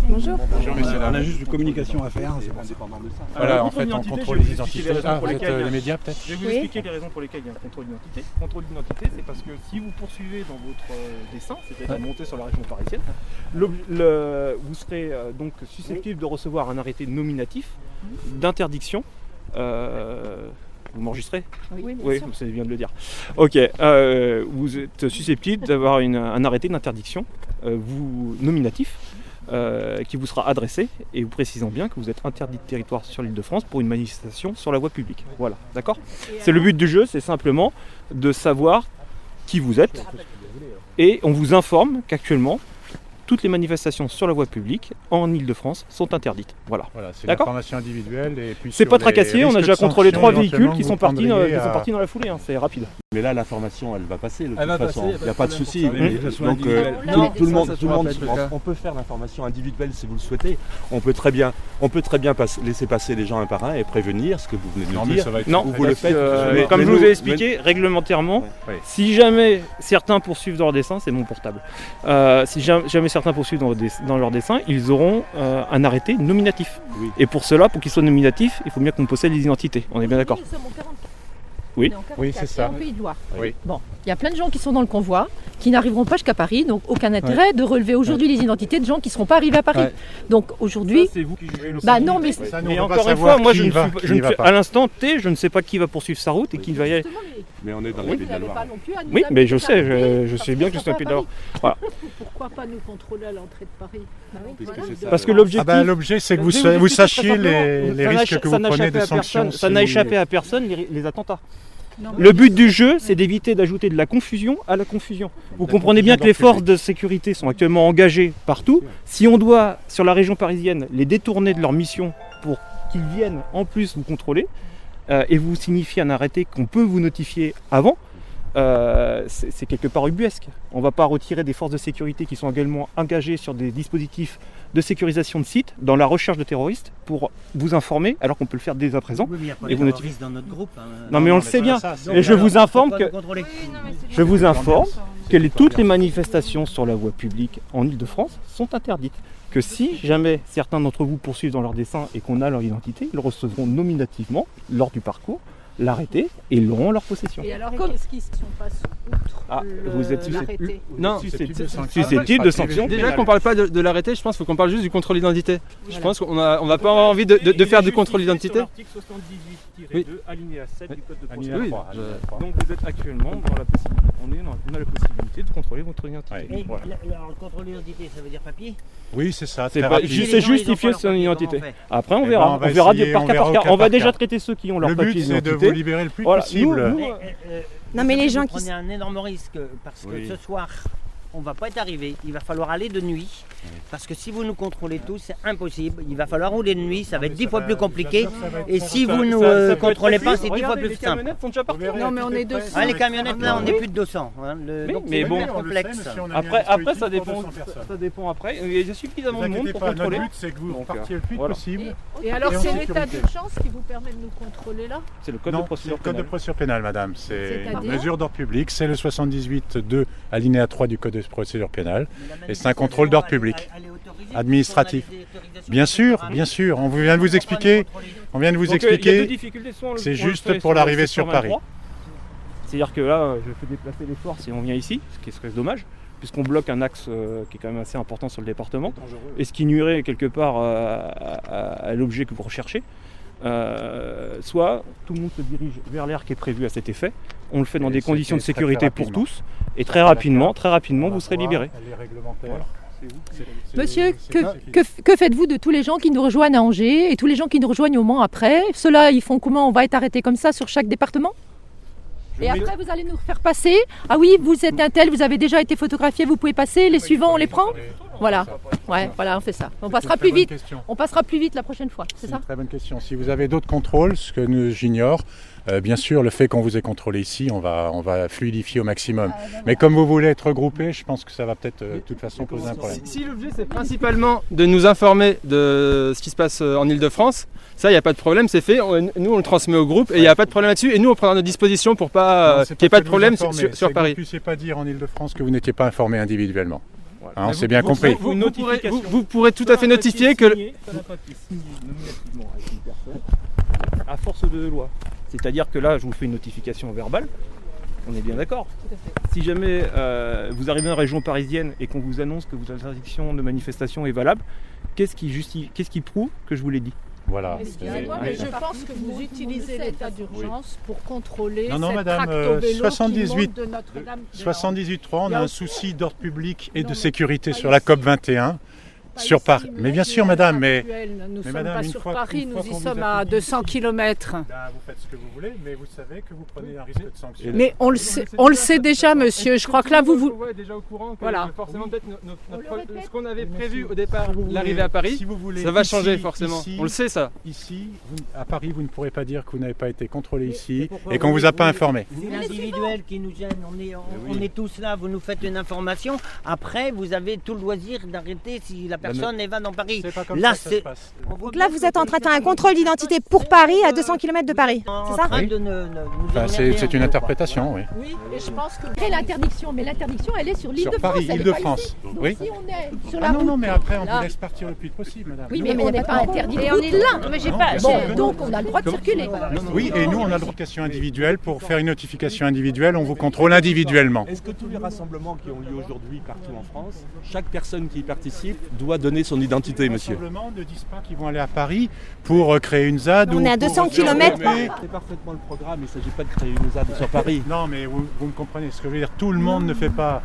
Bonjour. Bonjour messieurs, On a juste une communication à faire, c'est indépendant de ça. Voilà, en fait, on contrôle les identités. Ah, vous êtes les médias peut-être? Je vais vous expliquer les raisons pour lesquelles il y a un contrôle d'identité. Contrôle d'identité, c'est parce que si vous poursuivez dans votre dessin, c'est-à-dire monter sur la région parisienne, vous serez donc susceptible de recevoir un arrêté nominatif d'interdiction. Vous m'enregistrez? Oui, c'est bien de le dire. Ok, vous êtes susceptible d'avoir un arrêté d'interdiction nominatif qui vous sera adressé et vous précisant bien que vous êtes interdit de territoire sur l'Île-de-France pour une manifestation sur la voie publique. Voilà, d'accord? C'est le but du jeu, c'est simplement de savoir qui vous êtes et on vous informe qu'actuellement toutes les manifestations sur la voie publique en Île-de-France sont interdites. Voilà. C'est l'information individuelle. Et puis c'est pas tracassier, on a déjà contrôlé 3 véhicules qui sont partis dans la foulée, hein, c'est rapide. Mais là, l'information, elle va passer de toute façon. Il n'y a pas de souci. Donc, tout le monde, on peut faire l'information individuelle si vous le souhaitez. On peut très bien laisser passer les gens un par un et prévenir ce que vous venez de nous dire. Non, vous le faites. Comme je vous ai expliqué, réglementairement, si jamais certains poursuivent leur dessin, c'est mon portable. Si jamais certains poursuivent dans leur dessin, ils auront un arrêté nominatif. Oui. Et pour cela, pour qu'il soit nominatif, il faut bien qu'on possède les identités. On est bien d'accord? Oui, c'est ça. En Pays de Loire. Oui. Bon, il y a plein de gens qui sont dans le convoi, qui n'arriveront pas jusqu'à Paris, donc aucun intérêt de relever aujourd'hui les identités de gens qui ne seront pas arrivés à Paris. Donc aujourd'hui, c'est vous qui jugez le non, mais et encore une fois, moi à l'instant T, je ne sais pas qui va poursuivre sa route et qui va y aller. Mais on est dans le Pays de la Loire. Oui, mais je sais, je sais bien que je suis un Pays de la Loire. Voilà. Pourquoi pas nous contrôler à l'entrée de Paris? Parce que l'objectif, c'est que vous sachiez les risques que vous prenez de sanctions. Ça n'a échappé à personne, les attentats. Le but du jeu, c'est d'éviter d'ajouter de la confusion à la confusion. Vous comprenez bien que les forces de sécurité sont actuellement engagées partout. Si on doit, sur la région parisienne, les détourner de leur mission pour qu'ils viennent en plus vous contrôler et vous signifier un arrêté qu'on peut vous notifier avant, c'est quelque part ubuesque. On ne va pas retirer des forces de sécurité qui sont également engagées sur des dispositifs de sécurisation de sites dans la recherche de terroristes pour vous informer, alors qu'on peut le faire dès à présent. Oui, mais il y a pas et de vous terroristes dans notre groupe. Non, mais on le sait bien. Et je vous informe que toutes les manifestations sur la voie publique en Île-de-France sont interdites. Que si jamais certains d'entre vous poursuivent dans leur dessin et qu'on a leur identité, ils recevront nominativement, lors du parcours, l'arrêté et ils l'auront en leur possession. Et alors, qu'est-ce qui se passe outre vous êtes l'arrêté? susceptible de sanctions. Déjà qu'on ne parle pas de l'arrêté, je pense qu'il faut qu'on parle juste du contrôle d'identité. Je pense qu'on n'a pas envie de faire du contrôle d'identité. L'article 78-2, alinéa 7 du code de procédure. Donc vous êtes actuellement dans la possibilité, on a la possibilité de contrôler votre identité. Alors, le contrôle d'identité, ça veut dire papier? Oui, c'est ça. C'est justifier son identité. Après, on verra par cas par cas. On va déjà traiter ceux qui ont leur papier d'identité. Le but, c'est de vous libérer le plus possible. Non, mais les gens qui prenez un énorme risque parce que ce soir, on va pas être arrivé. Il va falloir aller de nuit parce que si vous nous contrôlez tous, c'est impossible. Il va falloir rouler de nuit, ça va être 10 fois plus compliqué. Et si vous nous contrôlez pas, c'est 10 fois plus simple. Non, mais on est 200. Les camionnettes là, on est plus de 200. Mais bon, complexe. Après, ça dépend après. Il y a suffisamment de monde pour contrôler. Le but, c'est que vous partiez le plus possible. Et alors, c'est l'état d'urgence qui vous permet de nous contrôler là? C'est le code de procédure pénale. Le code de procédure pénale, madame. C'est une mesure d'ordre public. C'est le 78.2 alinéa 3 du code de procédure pénale. Et c'est un contrôle d'ordre public, administratif. Bien sûr, on vient de vous expliquer. C'est juste pour l'arrivée sur Paris. C'est-à-dire que là, je fais déplacer les forces et on vient ici, ce qui serait dommage, puisqu'on bloque un axe qui est quand même assez important sur le département, et ce qui nuirait quelque part à l'objet que vous recherchez. Soit tout le monde se dirige vers l'aire qui est prévu à cet effet, on le fait dans des conditions de sécurité pour tous, et très rapidement, vous serez libérés. Voilà. Monsieur, que faites-vous de tous les gens qui nous rejoignent à Angers et tous les gens qui nous rejoignent au Mans après? Ceux-là, ils font comment? On va être arrêtés comme ça sur chaque département? Et après, vous allez nous faire passer. Ah oui, vous êtes un tel, vous avez déjà été photographié, vous pouvez passer. Les suivants, on les prend? Voilà. Voilà, on fait ça. On passera plus vite. On passera plus vite la prochaine fois. C'est ça? Une très bonne question. Si vous avez d'autres contrôles, ce que j'ignore, bien sûr, le fait qu'on vous ait contrôlé ici, on va fluidifier au maximum. Mais comme vous voulez être regroupés, je pense que ça va peut-être de toute façon poser un problème. Si l'objet, c'est principalement de nous informer de ce qui se passe en Ile-de-France, ça, il n'y a pas de problème, c'est fait. Nous, on le transmet au groupe et il n'y a pas de problème là-dessus. Et nous, on prendra nos dispositions pour qu'il n'y ait pas de problème sur Paris. Vous ne puissiez pas dire en Ile-de-France que vous n'étiez pas informé individuellement. Voilà. Hein, on s'est bien compris. Vous pourrez tout à fait notifier que... Un papier signé nominativement avec une personne, à force de loi. C'est-à-dire que là, je vous fais une notification verbale, on est bien d'accord. Si jamais vous arrivez en région parisienne et qu'on vous annonce que votre interdiction de manifestation est valable, qu'est-ce qui prouve que je vous l'ai dit? Voilà. Excusez-moi, mais je pense que vous utilisez l'état d'urgence pour contrôler Non, cette madame, tract au vélo 78, qui monte de Notre-Dame. 78.3, on a un souci d'ordre public et de sécurité sur la COP 21. Sur Paris. Mais bien sûr, madame, mais... Nous ne sommes madame, pas une sur fois- Paris, une fois nous y qu'on vous sommes a à dit 200 km. Vous faites ce que vous voulez, mais vous savez que vous prenez un risque de sanction. Mais on le sait déjà, monsieur. Je crois que là, vous... est déjà au courant que Voilà. forcément, peut-être ce qu'on avait Mais prévu si- au départ, si vous voulez- l'arrivée à Paris, si vous voulez, ça va ici- changer forcément. ici- On le sait ça. Ici, à Paris, vous ne pourrez pas dire que vous n'avez pas été contrôlé ici et qu'on ne vous a pas informé. C'est l'individuel qui nous gêne, on est tous là, vous nous faites une information, après vous avez tout le loisir d'arrêter si la personne est dans Paris. C'est pas comme Là, ça que ça se passe. Donc là, vous êtes en train de faire un contrôle d'identité pour Paris à 200 km de Paris, c'est ça? Oui. Enfin, c'est une interprétation, oui. Oui, et je pense que... Et l'interdiction, mais l'interdiction, elle est sur l'île Sur de France. Paris, elle est pas Île-de-France. ici. Donc Oui. si on est sur la Ah non, route, non, mais après, on là- vous laisse partir le plus vite possible, madame. Oui, mais on n'est pas interdit de Et on route est là. Mais j'ai Non, pas... bien sûr Bon, que non. donc on a le droit de circuler. Oui, et nous, on a le notification individuelle. Pour faire une notification individuelle, on vous contrôle individuellement. Est-ce que tous les rassemblements qui ont lieu aujourd'hui partout en France, chaque personne qui y participe doit donner son identité, monsieur? Les rassemblements ne disent pas qu'ils vont aller à Paris pour créer une ZAD. On ou est à pour 200 se kilomètres. regrouper. C'est parfaitement le programme, il ne s'agit pas de créer une ZAD sur Paris. Non, mais vous me comprenez. Ce que je veux dire, tout le monde ne fait pas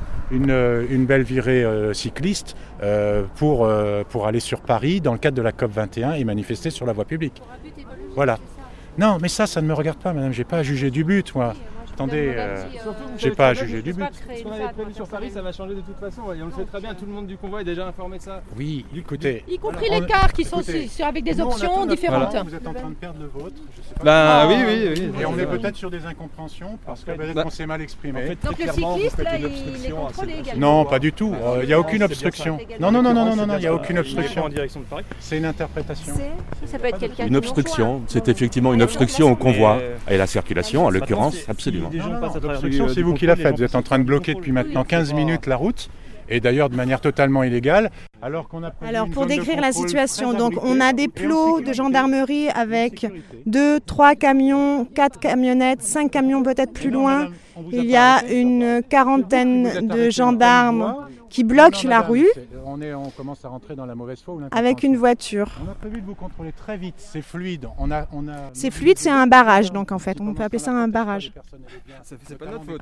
une belle virée cycliste pour aller sur Paris dans le cadre de la COP 21 et manifester sur la voie publique. Voilà. Non, mais ça ne me regarde pas, madame. J'ai pas à juger du but, moi. Attendez, j'ai pas à juger du but. Ce qu'on avait prévu sur Paris, ça va changer de toute façon. Et on le sait très bien, tout le monde du convoi est déjà informé de ça. Oui, écoutez. Y compris on- les cars qui sont écoutez, avec des nous, on a options tout notre différentes. plan, Vous êtes en train de perdre le vôtre. Je sais pas. Bah oui. Et on est peut-être sur des incompréhensions parce que peut-être qu'on s'est mal exprimé. En fait, Donc très le clairement, vous cycliste, faites là, une il est obstruction à contrôlé cette- également. Non, pas du tout. Il n'y a aucune obstruction. Non, il n'y a aucune Il est pas obstruction. en direction de Paris. C'est une interprétation. Ça peut être quelqu'un Une obstruction, c'est effectivement une obstruction au convoi et à la circulation, en l'occurrence, absolument. Les gens passent à travers L'obstruction, c'est vous qui la faites. Vous êtes en train de bloquer depuis maintenant 15 minutes la route. Et d'ailleurs de manière totalement illégale. Alors qu'on a prévu Alors une pour zone de décrire la contrôle situation, très donc abritée on a des et en plots de sécurité. gendarmerie En avec sécurité. 2, 3 camions, 4 camionnettes, 5 camions peut-être plus Non, loin. madame, on vous a Il pas y a arrêté. une Vous êtes quarantaine arrêté en de pleine gendarmes voie. qui bloquent Non, la madame, rue on commence à rentrer dans la mauvaise foi ou avec une l'incompréhension. voiture. On a prévu de vous contrôler très vite, c'est fluide. C'est fluide, c'est un barrage donc en fait, on peut appeler ça un barrage. C'est pas notre faute.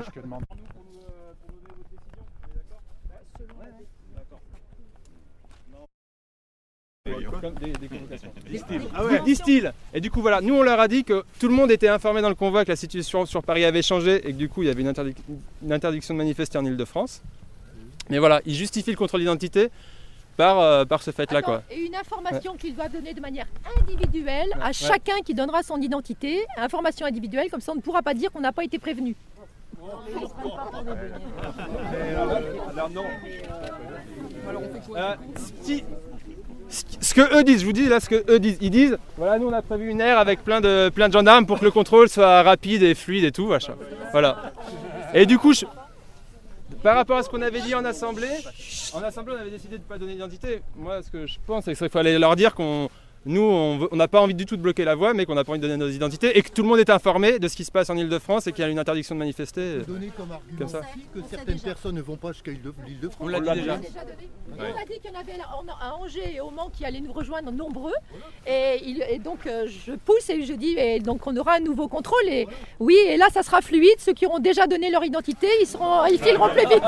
Disent-ils. Et du coup voilà, nous on leur a dit que tout le monde était informé dans le convoi que la situation sur Paris avait changé et que du coup il y avait une interdiction de manifester en Ile-de-France. Mais voilà, ils justifient le contrôle d'identité par ce fait-là quoi. Et une information qu'ils doivent donner de manière individuelle à chacun qui donnera son identité, information individuelle, comme ça on ne pourra pas dire qu'on n'a pas été prévenu. Alors non. Ce que eux disent, je vous dis là ce que eux disent. Ils disent, voilà nous on a prévu une aire avec plein de gendarmes pour que le contrôle soit rapide et fluide et tout, machin. Voilà. Et du coup, par rapport à ce qu'on avait dit en assemblée, on avait décidé de ne pas donner d'identité. Moi ce que je pense c'est qu'il fallait leur dire qu'on n'a pas envie du tout de bloquer la voie, mais qu'on n'a pas envie de donner nos identités et que tout le monde est informé de ce qui se passe en Ile-de-France et qu'il y a une interdiction de manifester. Donner comme argument Comme ça. aussi que certaines personnes ne vont pas jusqu'à l'Île-de-France. On l'a dit déjà. On a dit qu'il y en avait à Angers et au Mans qui allaient nous rejoindre nombreux. Et donc je pousse et je dis, et donc on aura un nouveau contrôle. Et oui, et là ça sera fluide. Ceux qui auront déjà donné leur identité, ils fileront plus vite.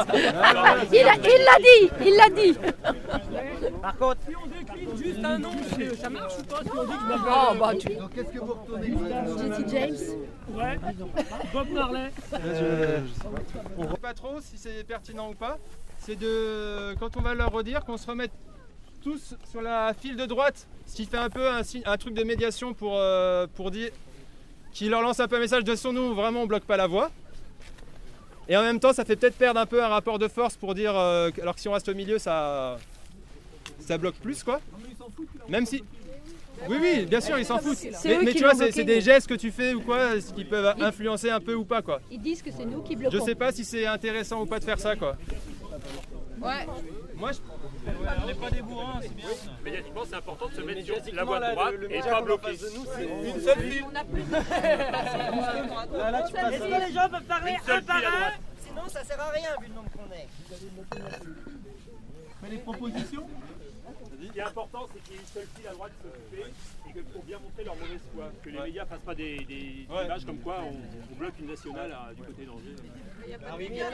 Il l'a dit. Par contre, Si on décline juste un nom, ça marche ou pas si on dit que je Oh, bah, tu... Donc qu'est-ce que vous retournez Jesse James. Ouais. Bob Marley. On ne sait pas trop si c'est pertinent ou pas. C'est de, quand on va leur redire, qu'on se remette tous sur la file de droite, ce qui fait un peu un truc de médiation pour dire, qui leur lance un peu un message de son nous, vraiment on bloque pas la voie. Et en même temps, ça fait peut-être perdre un peu un rapport de force pour dire, alors que si on reste au milieu, ça bloque plus quoi. Même si. Oui, bien sûr, ils s'en foutent. Mais tu vois, c'est des gestes que tu fais ou quoi, qui peuvent influencer un peu ou pas quoi. Ils disent que c'est nous qui bloquons. Je sais pas si c'est intéressant ou pas de faire ça quoi. Ouais. Moi, on n'est pas des bourrins, c'est bien. Médiatiquement, c'est important de se mettre sur la voie de droite et pas bloquer. Une seule file. Est-ce que les gens peuvent parler un par un? Sinon, ça sert à rien vu le nombre qu'on est. Mais les propositions? Ce qui est important, c'est qu'il y ait une seule file à droite qui s'occuper et que pour bien montrer leur mauvaise foi. Que les médias ne fassent pas des images comme quoi on bloque une nationale du côté d'Angers. Il n'y a pas de médias.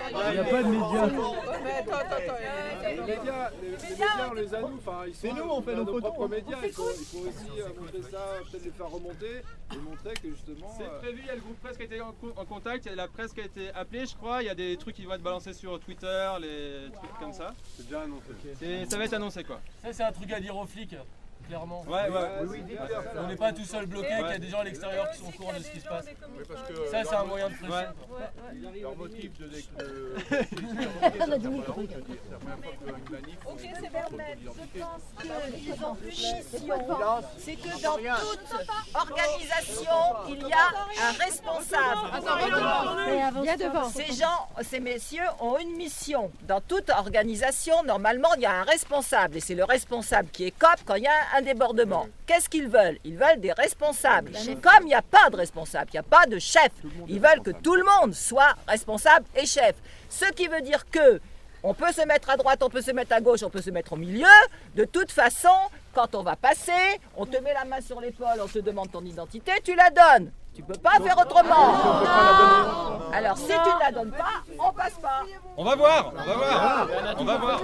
Les médias, on les a nous. C'est nous, on fait nos propres médias. Il faut aussi montrer ça, peut-être les faire remonter et montrer que justement. C'est prévu, il y a le groupe presse qui a été en contact, il y a la presse qui a été appelée, je crois. Il y a des trucs qui vont être balancés sur Twitter, les trucs comme ça. C'est déjà annoncé. Ça va être annoncé quoi. Ça, c'est un truc à dire aux flics. Clairement. On n'est pas tout seul bloqué, qu'il y a des gens à l'extérieur qui sont au courant de ce qui se passe. Ça, c'est un moyen de pression. Leur motif de Ok, c'est Vermette. Je pense qu'ils ont une mission. C'est que dans toute organisation, il y a un responsable. Ces gens, ces messieurs ont une mission. Dans toute organisation, normalement, il y a un responsable. Et c'est le responsable qui est COP quand il y a un débordement. Qu'est-ce qu'ils veulent? Ils veulent des responsables. Comme il n'y a pas de responsable, il n'y a pas de chef, ils veulent que tout le monde soit responsable et chef. Ce qui veut dire que on peut se mettre à droite, on peut se mettre à gauche, on peut se mettre au milieu. De toute façon, quand on va passer, on te met la main sur l'épaule, on te demande ton identité, tu la donnes. Tu peux pas faire autrement. Non. Alors si tu ne la donnes pas, on passe pas. On va voir, on va voir. On va voir.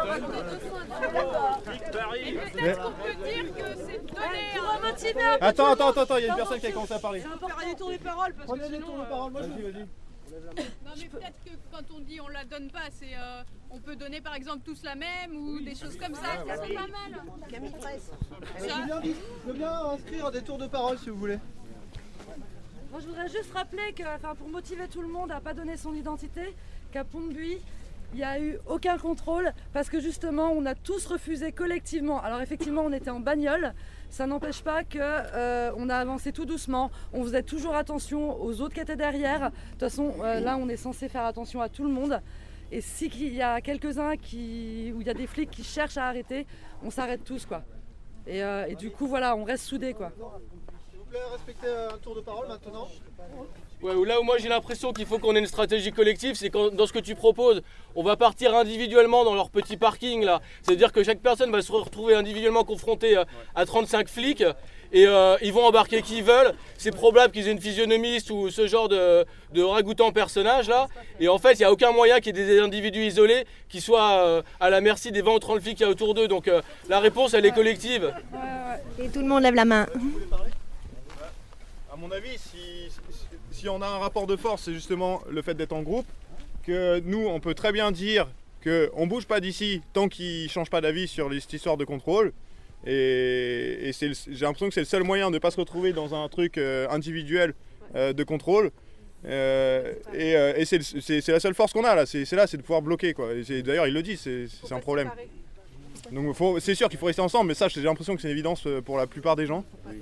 Peut-être qu'on peut dire que c'est donné un motivé. Attends, il y a une personne qui a commencé à parler. On peut faire des tours de parole parce que sinon. Vas-y. Non mais peut-être que quand on dit on la donne pas, c'est on peut donner par exemple tous la même ou des choses comme ça, ça c'est pas mal. Camille Presse. Je veux bien inscrire des tours de parole si vous voulez. Moi, je voudrais juste rappeler que, pour motiver tout le monde à ne pas donner son identité, qu'à Pont-de-Buis, il n'y a eu aucun contrôle parce que justement, on a tous refusé collectivement. Alors effectivement, on était en bagnole. Ça n'empêche pas qu'on a avancé tout doucement. On faisait toujours attention aux autres qui étaient derrière. De toute façon, là, on est censé faire attention à tout le monde. Et s'il y a quelques-uns où il y a des flics qui cherchent à arrêter, on s'arrête tous, quoi. Et du coup, voilà, on reste soudés, quoi. Respecter un tour de parole maintenant. Ouais, là où moi j'ai l'impression qu'il faut qu'on ait une stratégie collective, c'est quand dans ce que tu proposes, on va partir individuellement dans leur petit parking là. C'est-à-dire que chaque personne va se retrouver individuellement confrontée à 35 flics et ils vont embarquer qui ils veulent. C'est probable qu'ils aient une physionomiste ou ce genre de ragoûtant personnage là. Et en fait, il n'y a aucun moyen qu'il y ait des individus isolés qui soient à la merci des 20 ou 30 flics qu'il y a autour d'eux. Donc la réponse, elle est collective. Et tout le monde lève la main. À mon avis, si on a un rapport de force, c'est justement le fait d'être en groupe, que nous, on peut très bien dire qu'on ne bouge pas d'ici tant qu'ils ne changent pas d'avis sur cette histoire de contrôle. Et j'ai l'impression que c'est le seul moyen de ne pas se retrouver dans un truc individuel de contrôle. Et c'est la seule force qu'on a là, c'est de pouvoir bloquer, quoi. D'ailleurs, il le dit, c'est un problème. Donc c'est sûr qu'il faut rester ensemble, mais ça, j'ai l'impression que c'est une évidence pour la plupart des gens.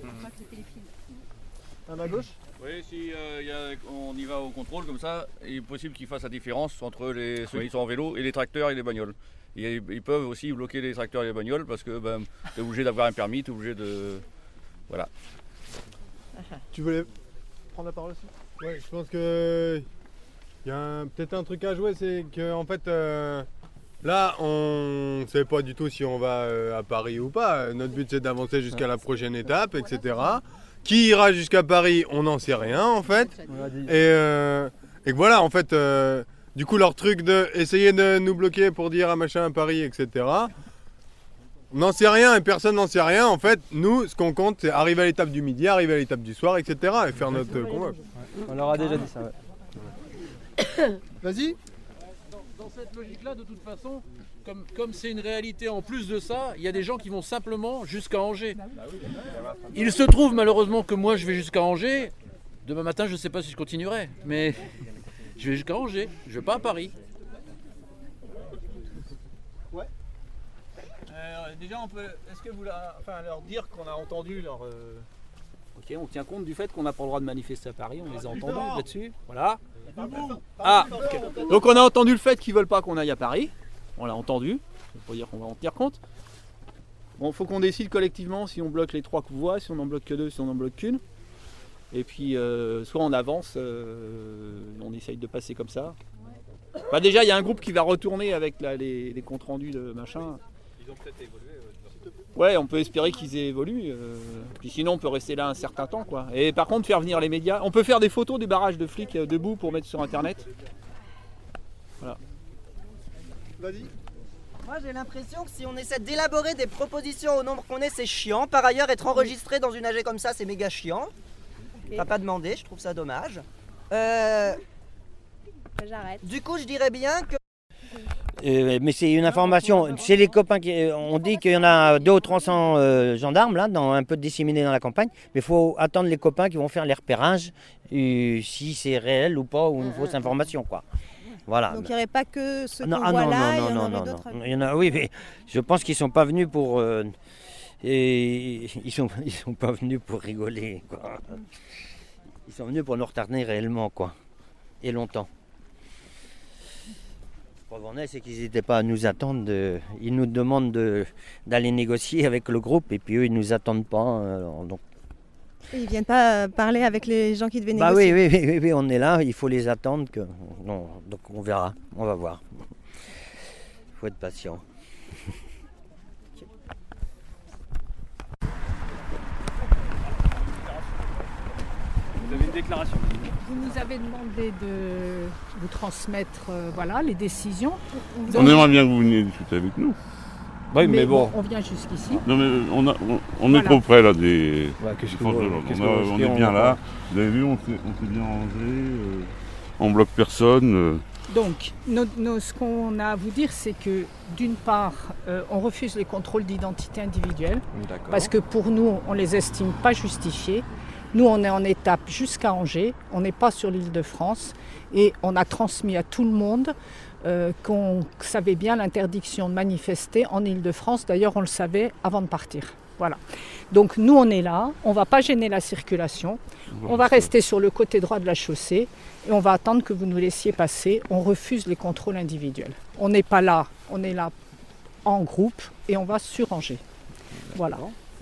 À ma gauche. Oui, si on y va au contrôle comme ça, il est possible qu'ils fassent la différence entre ceux qui sont en vélo et les tracteurs et les bagnoles. Ils peuvent aussi bloquer les tracteurs et les bagnoles parce que tu es obligé d'avoir un permis, tu es obligé de... Voilà. Tu voulais prendre la parole aussi? Oui, je pense que il y a peut-être un truc à jouer, c'est qu'en fait, là, on ne sait pas du tout si on va à Paris ou pas. Notre but, c'est d'avancer jusqu'à la prochaine étape, etc. Qui ira jusqu'à Paris, on n'en sait rien en fait. Et que voilà, en fait, du coup, leur truc d'essayer de nous bloquer pour dire à machin à Paris, etc. On n'en sait rien et personne n'en sait rien. En fait, nous, ce qu'on compte, c'est arriver à l'étape du midi, arriver à l'étape du soir, etc. et faire notre combat. On leur a déjà dit ça, ouais. Vas-y. Dans cette logique-là, de toute façon, comme c'est une réalité en plus de ça, il y a des gens qui vont simplement jusqu'à Angers. Il se trouve malheureusement que moi je vais jusqu'à Angers. Demain matin, je ne sais pas si je continuerai, mais je vais jusqu'à Angers, je ne vais pas à Paris. Ouais. Déjà, est-ce que vous leur dire qu'on a entendu leur... Ok, on tient compte du fait qu'on n'a pas le droit de manifester à Paris, on les a entendus là-dessus. Voilà. Ah, okay. Donc on a entendu le fait qu'ils ne veulent pas qu'on aille à Paris. On l'a entendu, ça veut pas dire qu'on va en tenir compte. Bon, il faut qu'on décide collectivement si on bloque les 3 voies, si on en bloque que 2, si on en bloque qu'une. Et puis, soit on avance, on essaye de passer comme ça. Bah, déjà, il y a un groupe qui va retourner avec les comptes rendus de machin. Ils ont peut-être évolué. Ouais, on peut espérer qu'ils aient évolué. Puis sinon, on peut rester là un certain temps, quoi. Et par contre, faire venir les médias. On peut faire des photos des barrages de flics debout pour mettre sur Internet. Voilà. Vas-y. Moi, j'ai l'impression que si on essaie d'élaborer des propositions au nombre qu'on est, c'est chiant. Par ailleurs, être enregistré dans une AG comme ça, c'est méga chiant. T'as pas demandé, je trouve ça dommage. J'arrête. Du coup, je dirais bien que... Mais c'est une information. Chez les copains, on dit qu'il y en a 200 ou 300 gendarmes, là, un peu disséminés dans la campagne. Mais il faut attendre les copains qui vont faire les repérages, si c'est réel ou pas, ou une fausse information, quoi. Voilà. Donc il n'y aurait pas que ceux qu'on non, voit non, là, non, il y en non, aurait non, d'autres. il y en a, oui, mais je pense qu'ils ne sont pas venus pour... ils sont pas venus pour rigoler, quoi. Ils sont venus pour nous retarder réellement, quoi. Et longtemps. La preuve en est, c'est qu'ils n'étaient pas à nous attendre. Ils nous demandent d'aller négocier avec le groupe et puis eux, ils ne nous attendent pas. Donc... Ils ne viennent pas parler avec les gens qui devaient Bah négocier. oui, on est là, il faut les attendre. Non, donc on verra, on va voir. Il faut être patient. Vous avez une déclaration. Vous nous avez demandé de vous transmettre voilà, les décisions. On aimerait bien que vous veniez discuter avec nous. Oui, mais bon. On vient jusqu'ici. Non, mais on est trop près là des forces de l'ordre. On est bien là. Vous avez vu, on s'est bien rangé. On bloque personne. Donc, ce qu'on a à vous dire, c'est que d'une part, on refuse les contrôles d'identité individuelle. Parce que pour nous, on ne les estime pas justifiés. Nous, on est en étape jusqu'à Angers, on n'est pas sur l'île de France et on a transmis à tout le monde qu'on savait bien l'interdiction de manifester en Île-de-France. D'ailleurs, on le savait avant de partir. Voilà. Donc nous, on est là, on ne va pas gêner la circulation, on va rester sur le côté droit de la chaussée et on va attendre que vous nous laissiez passer. On refuse les contrôles individuels. On n'est pas là, on est là en groupe et on va sur Angers. Voilà.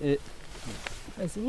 Vas-y.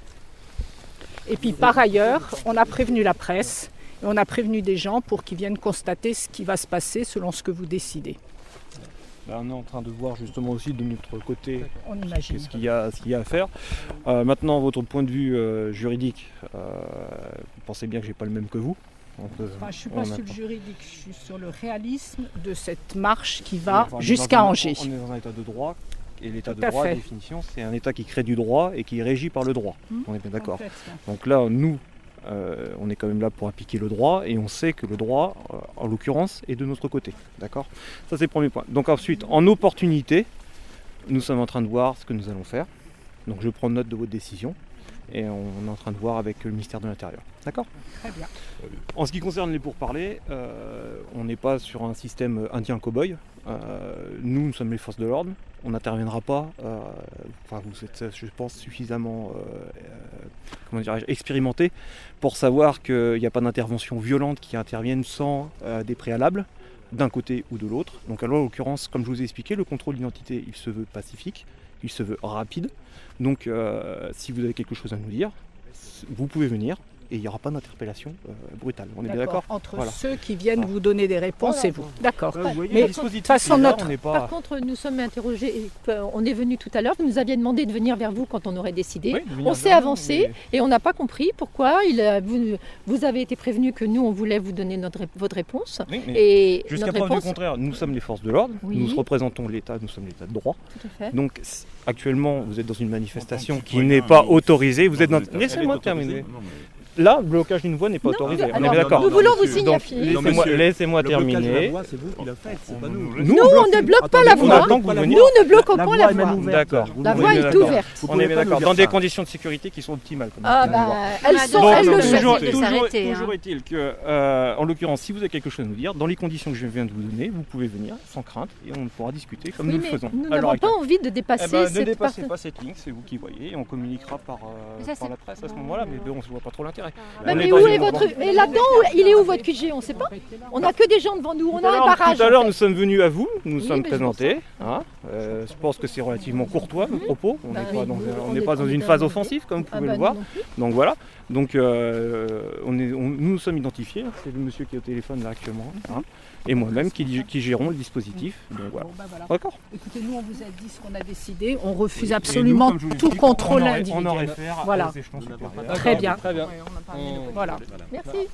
Et puis par ailleurs, on a prévenu la presse et on a prévenu des gens pour qu'ils viennent constater ce qui va se passer selon ce que vous décidez. Là, on est en train de voir justement aussi de notre côté ce qu'il y a à faire. Maintenant, votre point de vue juridique, vous pensez bien que je n'ai pas le même que vous. Je ne suis pas sur le juridique, je suis sur le réalisme de cette marche qui va jusqu'à Angers. On est dans un état de droit. Et l'état de droit, par définition, c'est un état qui crée du droit et qui est régi par le droit. On est bien d'accord. Donc là, nous, on est quand même là pour appliquer le droit et on sait que le droit, en l'occurrence, est de notre côté. D'accord ? Ça, c'est le premier point. Donc ensuite, en opportunité, nous sommes en train de voir ce que nous allons faire. Donc je prends note de votre décision et on est en train de voir avec le ministère de l'Intérieur. D'accord ? Très bien. En ce qui concerne les pourparlers, on n'est pas sur un système indien cow-boy. Nous sommes les forces de l'ordre. On n'interviendra pas. Vous êtes, je pense, suffisamment expérimenté pour savoir qu'il n'y a pas d'intervention violente qui intervienne sans des préalables d'un côté ou de l'autre. Donc, alors, en l'occurrence, comme je vous ai expliqué, le contrôle d'identité, il se veut pacifique, il se veut rapide. Donc, si vous avez quelque chose à nous dire, vous pouvez venir. Et il n'y aura pas d'interpellation brutale. On est bien d'accord ? Entre ceux qui viennent vous donner des réponses et vous. D'accord. Mais par contre, nous sommes interrogés, on est venu tout à l'heure, vous nous aviez demandé de venir vers vous quand on aurait décidé. Oui, on s'est avancé et on n'a pas compris pourquoi vous avez été prévenu que nous, on voulait vous donner votre réponse. Oui, et jusqu'à preuve du contraire, nous sommes les forces de l'ordre, nous représentons l'État, nous sommes l'État de droit. Tout à fait. Donc actuellement, vous êtes dans une manifestation qui n'est pas autorisée. Vous êtes dans... Laissez-moi terminer. Là, le blocage d'une voie n'est pas autorisé. On est bien d'accord. Nous voulons vous signifier. Laissez-moi terminer. Le blocage de la voie, c'est vous qui le faites, c'est pas nous. Nous, on ne bloque pas la voie. Nous ne bloquons pas la voie. D'accord. La voie est ouverte. On est bien d'accord. Dans des conditions de sécurité qui sont optimales. Elles le sont. Toujours est-il que, en l'occurrence, si vous avez quelque chose à nous dire, dans les conditions que je viens de vous donner, vous pouvez venir sans crainte et on pourra discuter comme nous le faisons. Nous n'avons pas envie de dépasser cette Ne dépassez pas cette ligne, c'est vous qui voyez et on communiquera par la presse à ce moment-là, mais on ne voit pas trop l'intérêt. intérêt. Mais où est votre... Et là-dedans, il est où votre QG? On ne sait pas. On n'a que des gens devant nous, on a un barrage. Tout à l'heure, nous sommes venus à vous, nous nous sommes présentés. Je pense que c'est relativement courtois, vos propos. On n'est pas dans une phase offensive, comme vous pouvez le voir. Donc voilà. Donc nous sommes identifiés. C'est le monsieur qui est au téléphone là actuellement. Et moi-même qui gérons le dispositif. Donc voilà. D'accord. Écoutez, nous on vous a dit ce qu'on a décidé. On refuse absolument tout contrôle individuel. On en réfère voilà. aux échelons supérieurs. Très bien. Très bien. Voilà. Merci.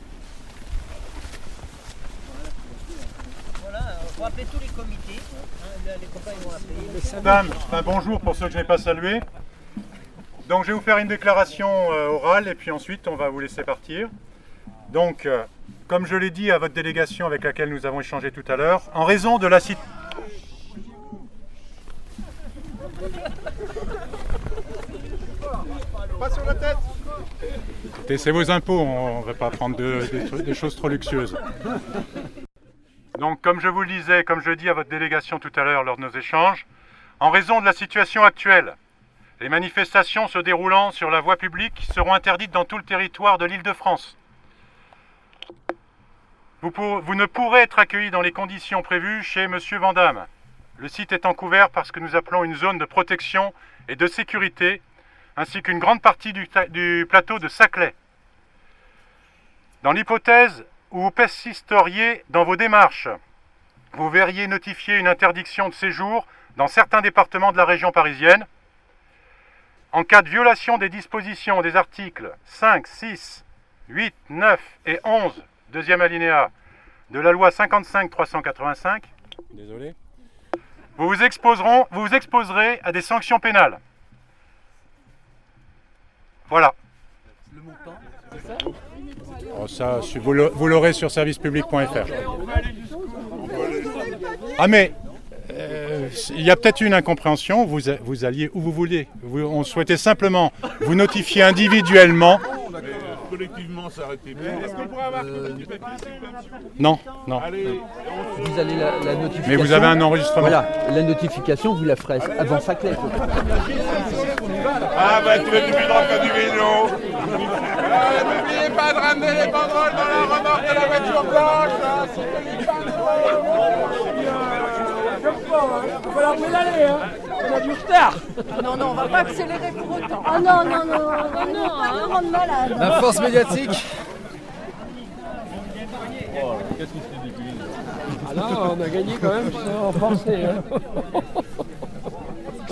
On va appeler tous les comités. Les copains vont appeler. Madame, bonjour pour ceux que je n'ai pas salués. Donc je vais vous faire une déclaration orale et puis ensuite on va vous laisser partir. Donc, comme je l'ai dit à votre délégation avec laquelle nous avons échangé tout à l'heure, en raison de la situation... Pas sur la tête. Écoutez, c'est vos impôts, on ne va pas prendre des choses trop luxueuses. Donc, comme je vous le disais, comme je dis à votre délégation tout à l'heure lors de nos échanges, en raison de la situation actuelle, les manifestations se déroulant sur la voie publique seront interdites dans tout le territoire de l'Île-de-France. Vous ne pourrez être accueilli dans les conditions prévues chez M. Vandamme. Le site étant couvert par ce que nous appelons une zone de protection et de sécurité, ainsi qu'une grande partie du plateau de Saclay. Dans l'hypothèse où vous persisteriez dans vos démarches, vous verriez notifier une interdiction de séjour dans certains départements de la région parisienne. En cas de violation des dispositions des articles 5, 6, 8, 9 et 11, deuxième alinéa, de la loi 55-385, désolé, vous vous exposerez à des sanctions pénales. Voilà. Le montant, c'est ça? Oh, ça, vous l'aurez sur servicepublic.fr. Ah mais, il y a peut-être une incompréhension, vous alliez où vous voulez. On souhaitait simplement vous notifier individuellement. Collectivement, ça aurait été bien. Est-ce qu'on pourrait avoir Non, non. Vous allez la notification. Mais vous avez un enregistrement. Voilà, la notification, vous la ferez avant Saclay. Ah bah tu veux du droit faire du vélo. N'oubliez pas de ramener les banderoles dans la remorque de la voiture blanche. Il va falloir pédaler, hein. On a du retard. Non, on va pas accélérer pour autant. Ah non, on rend malade. La force médiatique. Qu'est-ce qui se dit depuis? Ah non, on a gagné quand même, on pensait. Hein.